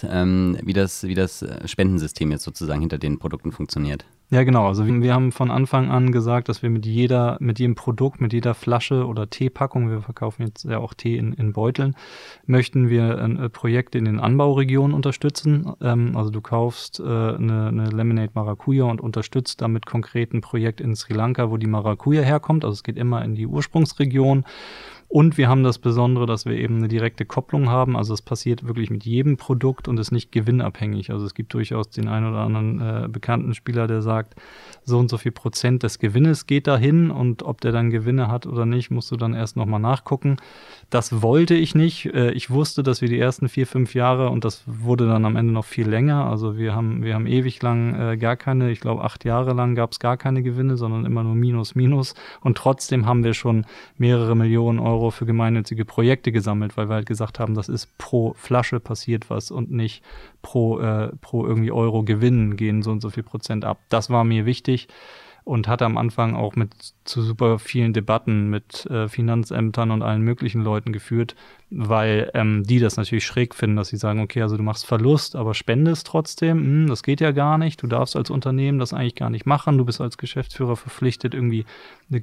Spendensystem jetzt sozusagen hinter den Produkten funktioniert? Ja, genau. Also wir haben von Anfang an gesagt, dass wir mit jedem Produkt, mit jeder Flasche oder Teepackung, wir verkaufen jetzt ja auch Tee in Beuteln, möchten wir Projekte in den Anbauregionen unterstützen. Also du kaufst eine Lemonade Maracuja und unterstützt damit konkret ein Projekt in Sri Lanka, wo die Maracuja herkommt. Also es geht immer in die Ursprungsregion. Und wir haben das Besondere, dass wir eben eine direkte Kopplung haben. Also es passiert wirklich mit jedem Produkt und ist nicht gewinnabhängig. Also es gibt durchaus den einen oder anderen bekannten Spieler, der sagt, so und so viel Prozent des Gewinnes geht dahin, und ob der dann Gewinne hat oder nicht, musst du dann erst nochmal nachgucken. Das wollte ich nicht. Ich wusste, dass wir die ersten 4-5 Jahre, und das wurde dann am Ende noch viel länger, also wir haben ewig lang gar keine, ich glaube 8 Jahre lang gab es gar keine Gewinne, sondern immer nur Minus. Und trotzdem haben wir schon mehrere Millionen Euro für gemeinnützige Projekte gesammelt, weil wir halt gesagt haben, das ist pro Flasche passiert was und nicht pro irgendwie Euro Gewinn gehen so und so viel Prozent ab. Das war mir wichtig und hatte am Anfang auch zu super vielen Debatten mit Finanzämtern und allen möglichen Leuten geführt, weil die das natürlich schräg finden, dass sie sagen, okay, also du machst Verlust, aber spendest trotzdem, das geht ja gar nicht, du darfst als Unternehmen das eigentlich gar nicht machen, du bist als Geschäftsführer verpflichtet, irgendwie eine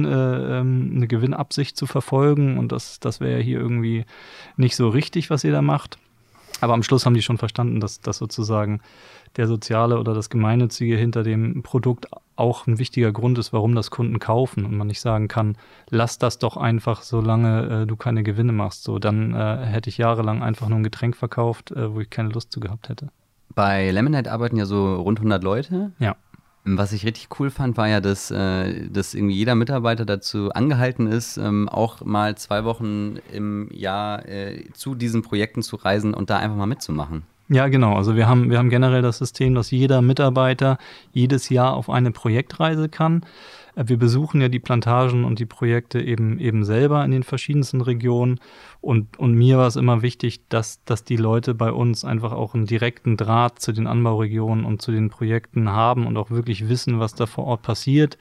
Gewinnabsicht zu verfolgen, und das wäre ja hier irgendwie nicht so richtig, was ihr da macht. Aber am Schluss haben die schon verstanden, dass das sozusagen der soziale oder das Gemeinnützige hinter dem Produkt auch ein wichtiger Grund ist, warum das Kunden kaufen, und man nicht sagen kann, lass das doch einfach, solange du keine Gewinne machst. So, dann hätte ich jahrelang einfach nur ein Getränk verkauft, wo ich keine Lust zu gehabt hätte. Bei Lemonade arbeiten ja so rund 100 Leute. Ja. Was ich richtig cool fand, war ja, dass irgendwie jeder Mitarbeiter dazu angehalten ist, auch mal 2 Wochen im Jahr zu diesen Projekten zu reisen und da einfach mal mitzumachen. Ja, genau. Also wir haben generell das System, dass jeder Mitarbeiter jedes Jahr auf eine Projektreise kann. Wir besuchen ja die Plantagen und die Projekte eben selber in den verschiedensten Regionen. Und mir war es immer wichtig, dass die Leute bei uns einfach auch einen direkten Draht zu den Anbauregionen und zu den Projekten haben und auch wirklich wissen, was da vor Ort passiert.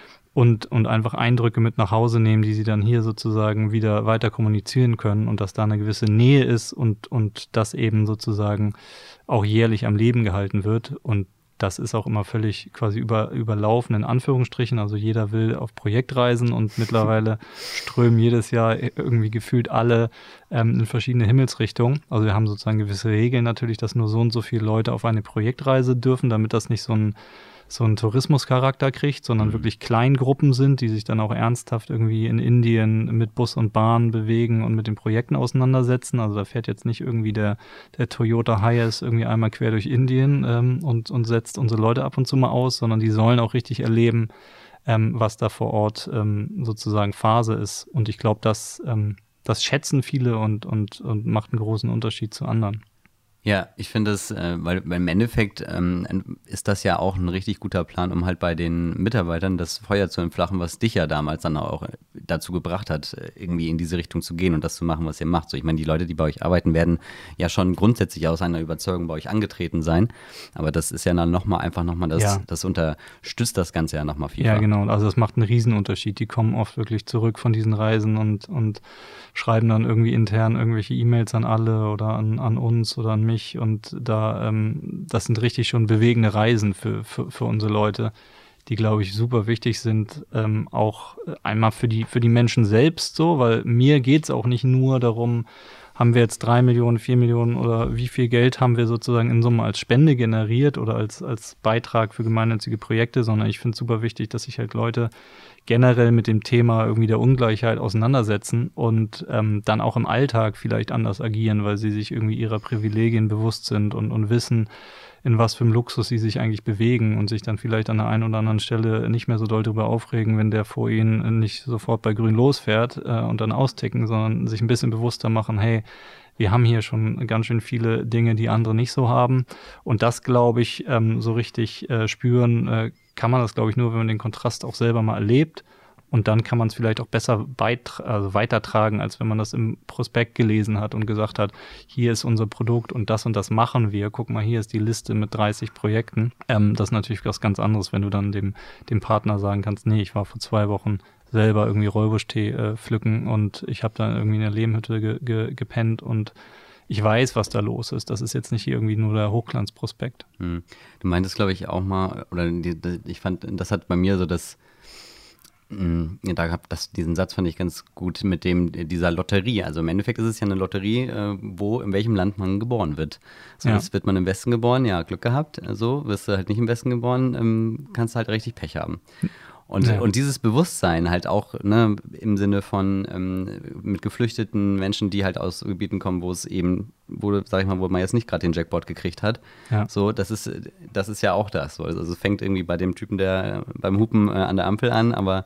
Und einfach Eindrücke mit nach Hause nehmen, die sie dann hier sozusagen wieder weiter kommunizieren können, und dass da eine gewisse Nähe ist und das eben sozusagen auch jährlich am Leben gehalten wird. Und das ist auch immer völlig quasi überlaufen, in Anführungsstrichen. Also jeder will auf Projektreisen, und mittlerweile strömen jedes Jahr irgendwie gefühlt alle in verschiedene Himmelsrichtungen. Also wir haben sozusagen gewisse Regeln natürlich, dass nur so und so viele Leute auf eine Projektreise dürfen, damit das nicht so einen Tourismuscharakter kriegt, sondern wirklich Kleingruppen sind, die sich dann auch ernsthaft irgendwie in Indien mit Bus und Bahn bewegen und mit den Projekten auseinandersetzen. Also da fährt jetzt nicht irgendwie der Toyota Hiace irgendwie einmal quer durch Indien und setzt unsere Leute ab und zu mal aus, sondern die sollen auch richtig erleben, was da vor Ort sozusagen Phase ist. Und ich glaube, das schätzen viele und macht einen großen Unterschied zu anderen. Ja, ich finde es, weil im Endeffekt ist das ja auch ein richtig guter Plan, um halt bei den Mitarbeitern das Feuer zu entfachen, was dich ja damals dann auch dazu gebracht hat, irgendwie in diese Richtung zu gehen und das zu machen, was ihr macht. So, ich meine, die Leute, die bei euch arbeiten, werden ja schon grundsätzlich aus einer Überzeugung bei euch angetreten sein, aber das ist ja dann nochmal das unterstützt das Ganze ja nochmal viel. Ja, genau, also das macht einen Riesenunterschied. Die kommen oft wirklich zurück von diesen Reisen und schreiben dann irgendwie intern irgendwelche E-Mails an alle oder an uns oder an mich. Und das sind richtig schon bewegende Reisen für unsere Leute, die, glaube ich, super wichtig sind, auch einmal für die Menschen selbst so, weil mir geht's auch nicht nur darum, haben wir jetzt 3 Millionen, 4 Millionen oder wie viel Geld haben wir sozusagen in Summe als Spende generiert oder als Beitrag für gemeinnützige Projekte, sondern ich finde es super wichtig, dass sich halt Leute generell mit dem Thema irgendwie der Ungleichheit auseinandersetzen und dann auch im Alltag vielleicht anders agieren, weil sie sich irgendwie ihrer Privilegien bewusst sind und wissen, in was für einem Luxus sie sich eigentlich bewegen und sich dann vielleicht an der einen oder anderen Stelle nicht mehr so doll drüber aufregen, wenn der vor ihnen nicht sofort bei grün losfährt und dann austicken, sondern sich ein bisschen bewusster machen, hey, wir haben hier schon ganz schön viele Dinge, die andere nicht so haben. Und das, glaube ich, so richtig spüren kann man das, glaube ich, nur, wenn man den Kontrast auch selber mal erlebt. Und dann kann man es vielleicht auch besser weitertragen, als wenn man das im Prospekt gelesen hat und gesagt hat, hier ist unser Produkt und das machen wir. Guck mal, hier ist die Liste mit 30 Projekten. Das ist natürlich was ganz anderes, wenn du dann dem Partner sagen kannst, nee, ich war vor 2 Wochen selber irgendwie Räubusch-Tee pflücken und ich habe dann irgendwie in der Lehmhütte gepennt und ich weiß, was da los ist. Das ist jetzt nicht irgendwie nur der Hochglanzprospekt. Du meintest, glaube ich, auch mal, oder ich fand, das hat bei mir so das, diesen Satz fand ich ganz gut mit dieser Lotterie. Also im Endeffekt ist es ja eine Lotterie, in welchem Land man geboren wird. So, ja. Jetzt wird man im Westen geboren, ja, Glück gehabt. So, wirst du halt nicht im Westen geboren, kannst du halt richtig Pech haben. Und dieses Bewusstsein halt auch, ne, im Sinne von mit geflüchteten Menschen, die halt aus Gebieten kommen, wo man jetzt nicht gerade den Jackpot gekriegt hat. Ja. So, das ist ja auch das. Also es fängt irgendwie bei dem Typen, der beim Hupen an der Ampel an, aber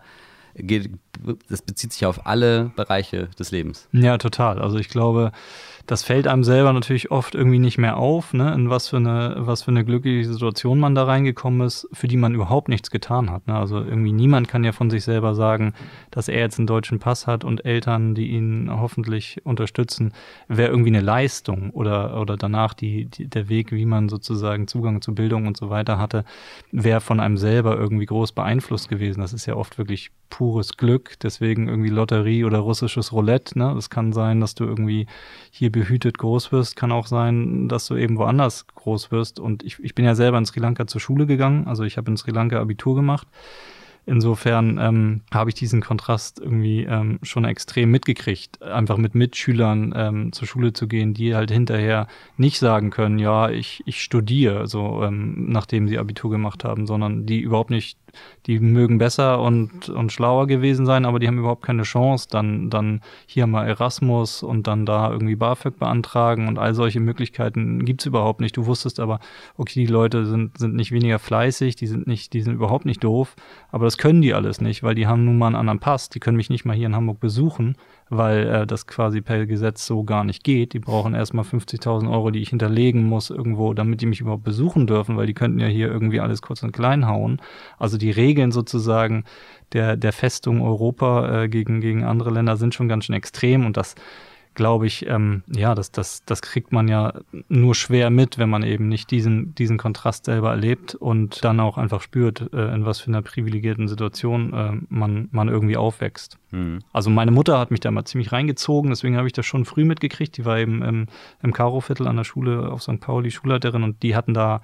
das bezieht sich auf alle Bereiche des Lebens. Ja, total. Also ich glaube, das fällt einem selber natürlich oft irgendwie nicht mehr auf, ne, in was für eine glückliche Situation man da reingekommen ist, für die man überhaupt nichts getan hat. Ne? Also irgendwie niemand kann ja von sich selber sagen, dass er jetzt einen deutschen Pass hat und Eltern, die ihn hoffentlich unterstützen, wäre irgendwie eine Leistung oder danach der Weg, wie man sozusagen Zugang zu Bildung und so weiter hatte, wäre von einem selber irgendwie groß beeinflusst gewesen. Das ist ja oft wirklich pures Glück, deswegen irgendwie Lotterie oder russisches Roulette. Ne? Es kann sein, dass du irgendwie hier behütet groß wirst, kann auch sein, dass du eben woanders groß wirst. Und ich bin ja selber in Sri Lanka zur Schule gegangen, also ich habe in Sri Lanka Abitur gemacht. Insofern habe ich diesen Kontrast irgendwie schon extrem mitgekriegt, einfach mit Mitschülern zur Schule zu gehen, die halt hinterher nicht sagen können, ja, ich studiere, so nachdem sie Abitur gemacht haben, sondern die überhaupt nicht, die mögen besser und schlauer gewesen sein, aber die haben überhaupt keine Chance, dann hier mal Erasmus und dann da irgendwie BAföG beantragen und all solche Möglichkeiten gibt's überhaupt nicht. Du wusstest aber, okay, die Leute sind nicht weniger fleißig, die sind überhaupt nicht doof, aber das können die alles nicht, weil die haben nun mal einen anderen Pass. Die können mich nicht mal hier in Hamburg besuchen, weil das quasi per Gesetz so gar nicht geht. Die brauchen erstmal 50.000 Euro, die ich hinterlegen muss irgendwo, damit die mich überhaupt besuchen dürfen, weil die könnten ja hier irgendwie alles kurz und klein hauen. Also die Regeln sozusagen der Festung Europa gegen andere Länder sind schon ganz schön extrem und das glaube ich, das kriegt man ja nur schwer mit, wenn man eben nicht diesen Kontrast selber erlebt und dann auch einfach spürt, in was für einer privilegierten Situation man irgendwie aufwächst. Mhm. Also meine Mutter hat mich da mal ziemlich reingezogen, deswegen habe ich das schon früh mitgekriegt. Die war eben im Karo-Viertel an der Schule auf St. Pauli Schulleiterin und die hatten da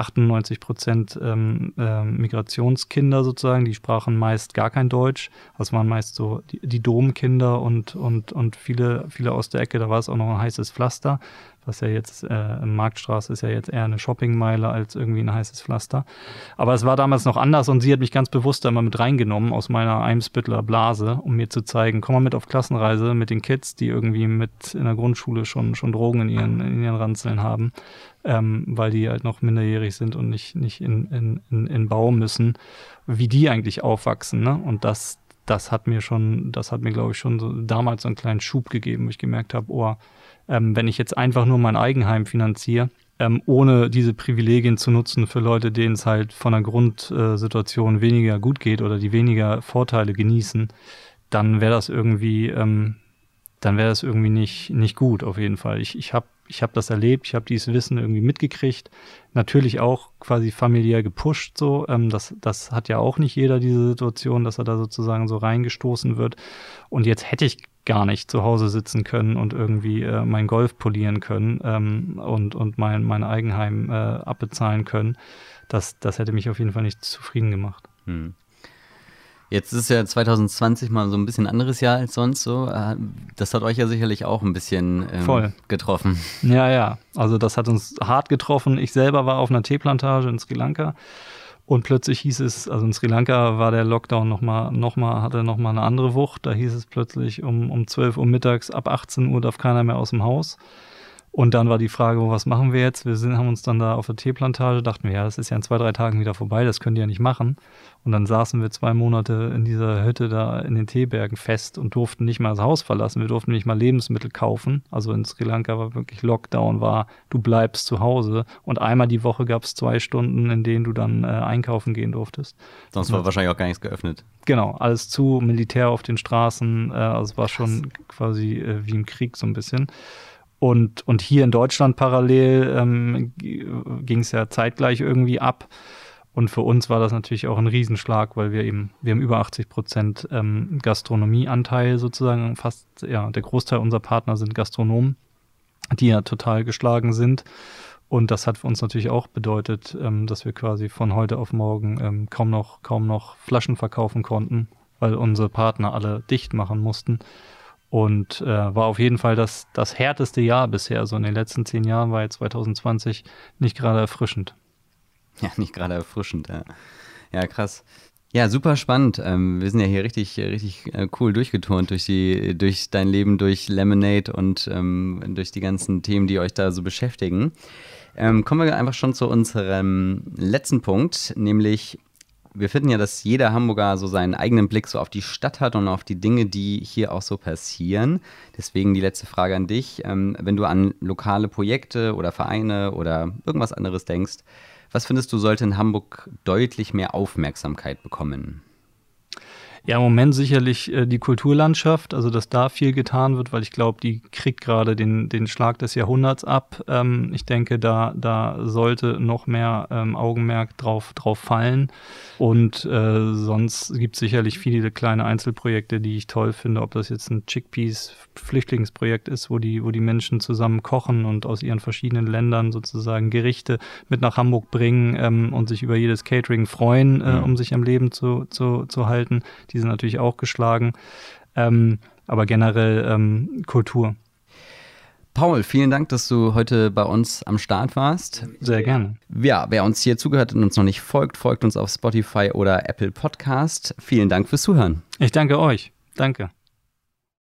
98% Migrationskinder sozusagen, die sprachen meist gar kein Deutsch. Das waren meist so die Domkinder und viele aus der Ecke, da war es auch noch ein heißes Pflaster, was ja jetzt Marktstraße ist ja jetzt eher eine Shoppingmeile als irgendwie ein heißes Pflaster. Aber es war damals noch anders und sie hat mich ganz bewusst da immer mit reingenommen aus meiner Eimsbütteler Blase, um mir zu zeigen, komm mal mit auf Klassenreise mit den Kids, die irgendwie mit in der Grundschule schon Drogen in ihren Ranzeln haben, weil die halt noch minderjährig sind und nicht in Bau müssen, wie die eigentlich aufwachsen, ne? Und das hat mir, glaube ich, schon so damals so einen kleinen Schub gegeben, wo ich gemerkt habe, wenn ich jetzt einfach nur mein Eigenheim finanziere, ohne diese Privilegien zu nutzen für Leute, denen es halt von der Grundsituation weniger gut geht oder die weniger Vorteile genießen, dann wäre das irgendwie nicht gut auf jeden Fall. Ich habe das erlebt, ich habe dieses Wissen irgendwie mitgekriegt, natürlich auch quasi familiär gepusht so. Das hat ja auch nicht jeder diese Situation, dass er da sozusagen so reingestoßen wird. Und jetzt hätte ich gar nicht zu Hause sitzen können und irgendwie mein Golf polieren können und mein Eigenheim abbezahlen können. Das hätte mich auf jeden Fall nicht zufrieden gemacht. Hm. Jetzt ist ja 2020 mal so ein bisschen anderes Jahr als sonst so. Das hat euch ja sicherlich auch ein bisschen getroffen. Ja. Also das hat uns hart getroffen. Ich selber war auf einer Teeplantage in Sri Lanka und plötzlich hieß es, also in Sri Lanka war der Lockdown hatte noch mal eine andere Wucht. Da hieß es plötzlich um 12 Uhr mittags, ab 18 Uhr darf keiner mehr aus dem Haus. Und dann war die Frage, was machen wir jetzt? Haben uns dann da auf der Teeplantage, dachten wir, ja, das ist ja in 2-3 Tagen wieder vorbei, das könnt ihr ja nicht machen. Und dann saßen wir 2 Monate in dieser Hütte da in den Teebergen fest und durften nicht mal das Haus verlassen. Wir durften nicht mal Lebensmittel kaufen. Also in Sri Lanka war wirklich Lockdown, du bleibst zu Hause. Und einmal die Woche gab es 2 Stunden, in denen du dann einkaufen gehen durftest. Sonst war wahrscheinlich auch gar nichts geöffnet. Genau, alles zu, Militär auf den Straßen. Also es war schon quasi wie im Krieg so ein bisschen. Und hier in Deutschland parallel ging es ja zeitgleich irgendwie ab. Und für uns war das natürlich auch ein Riesenschlag, weil wir haben über 80% Gastronomieanteil sozusagen. Fast, ja, der Großteil unserer Partner sind Gastronomen, die ja total geschlagen sind. Und das hat für uns natürlich auch bedeutet, dass wir quasi von heute auf morgen kaum noch Flaschen verkaufen konnten, weil unsere Partner alle dicht machen mussten. Und war auf jeden Fall das härteste Jahr bisher. Also in den letzten 10 Jahren war jetzt 2020 nicht gerade erfrischend. Ja, nicht gerade erfrischend, ja. Ja, krass. Ja, super spannend. Wir sind ja hier richtig cool durchgeturnt durch dein Leben, durch Lemonade und durch die ganzen Themen, die euch da so beschäftigen. Kommen wir einfach schon zu unserem letzten Punkt, nämlich wir finden ja, dass jeder Hamburger so seinen eigenen Blick so auf die Stadt hat und auf die Dinge, die hier auch so passieren. Deswegen die letzte Frage an dich. Wenn du an lokale Projekte oder Vereine oder irgendwas anderes denkst, was findest du, sollte in Hamburg deutlich mehr Aufmerksamkeit bekommen? Ja, im Moment sicherlich die Kulturlandschaft, also dass da viel getan wird, weil ich glaube, die kriegt gerade den Schlag des Jahrhunderts ab. Ich denke, da sollte noch mehr Augenmerk drauf fallen. Und sonst gibt es sicherlich viele kleine Einzelprojekte, die ich toll finde, ob das jetzt ein Chickpeas-Flüchtlingsprojekt ist, wo die Menschen zusammen kochen und aus ihren verschiedenen Ländern sozusagen Gerichte mit nach Hamburg bringen und sich über jedes Catering freuen, um sich am Leben zu halten. Die sind natürlich auch geschlagen, aber generell Kultur. Paul, vielen Dank, dass du heute bei uns am Start warst. Sehr gerne. Ja, wer uns hier zugehört und uns noch nicht folgt uns auf Spotify oder Apple Podcast. Vielen Dank fürs Zuhören. Ich danke euch. Danke.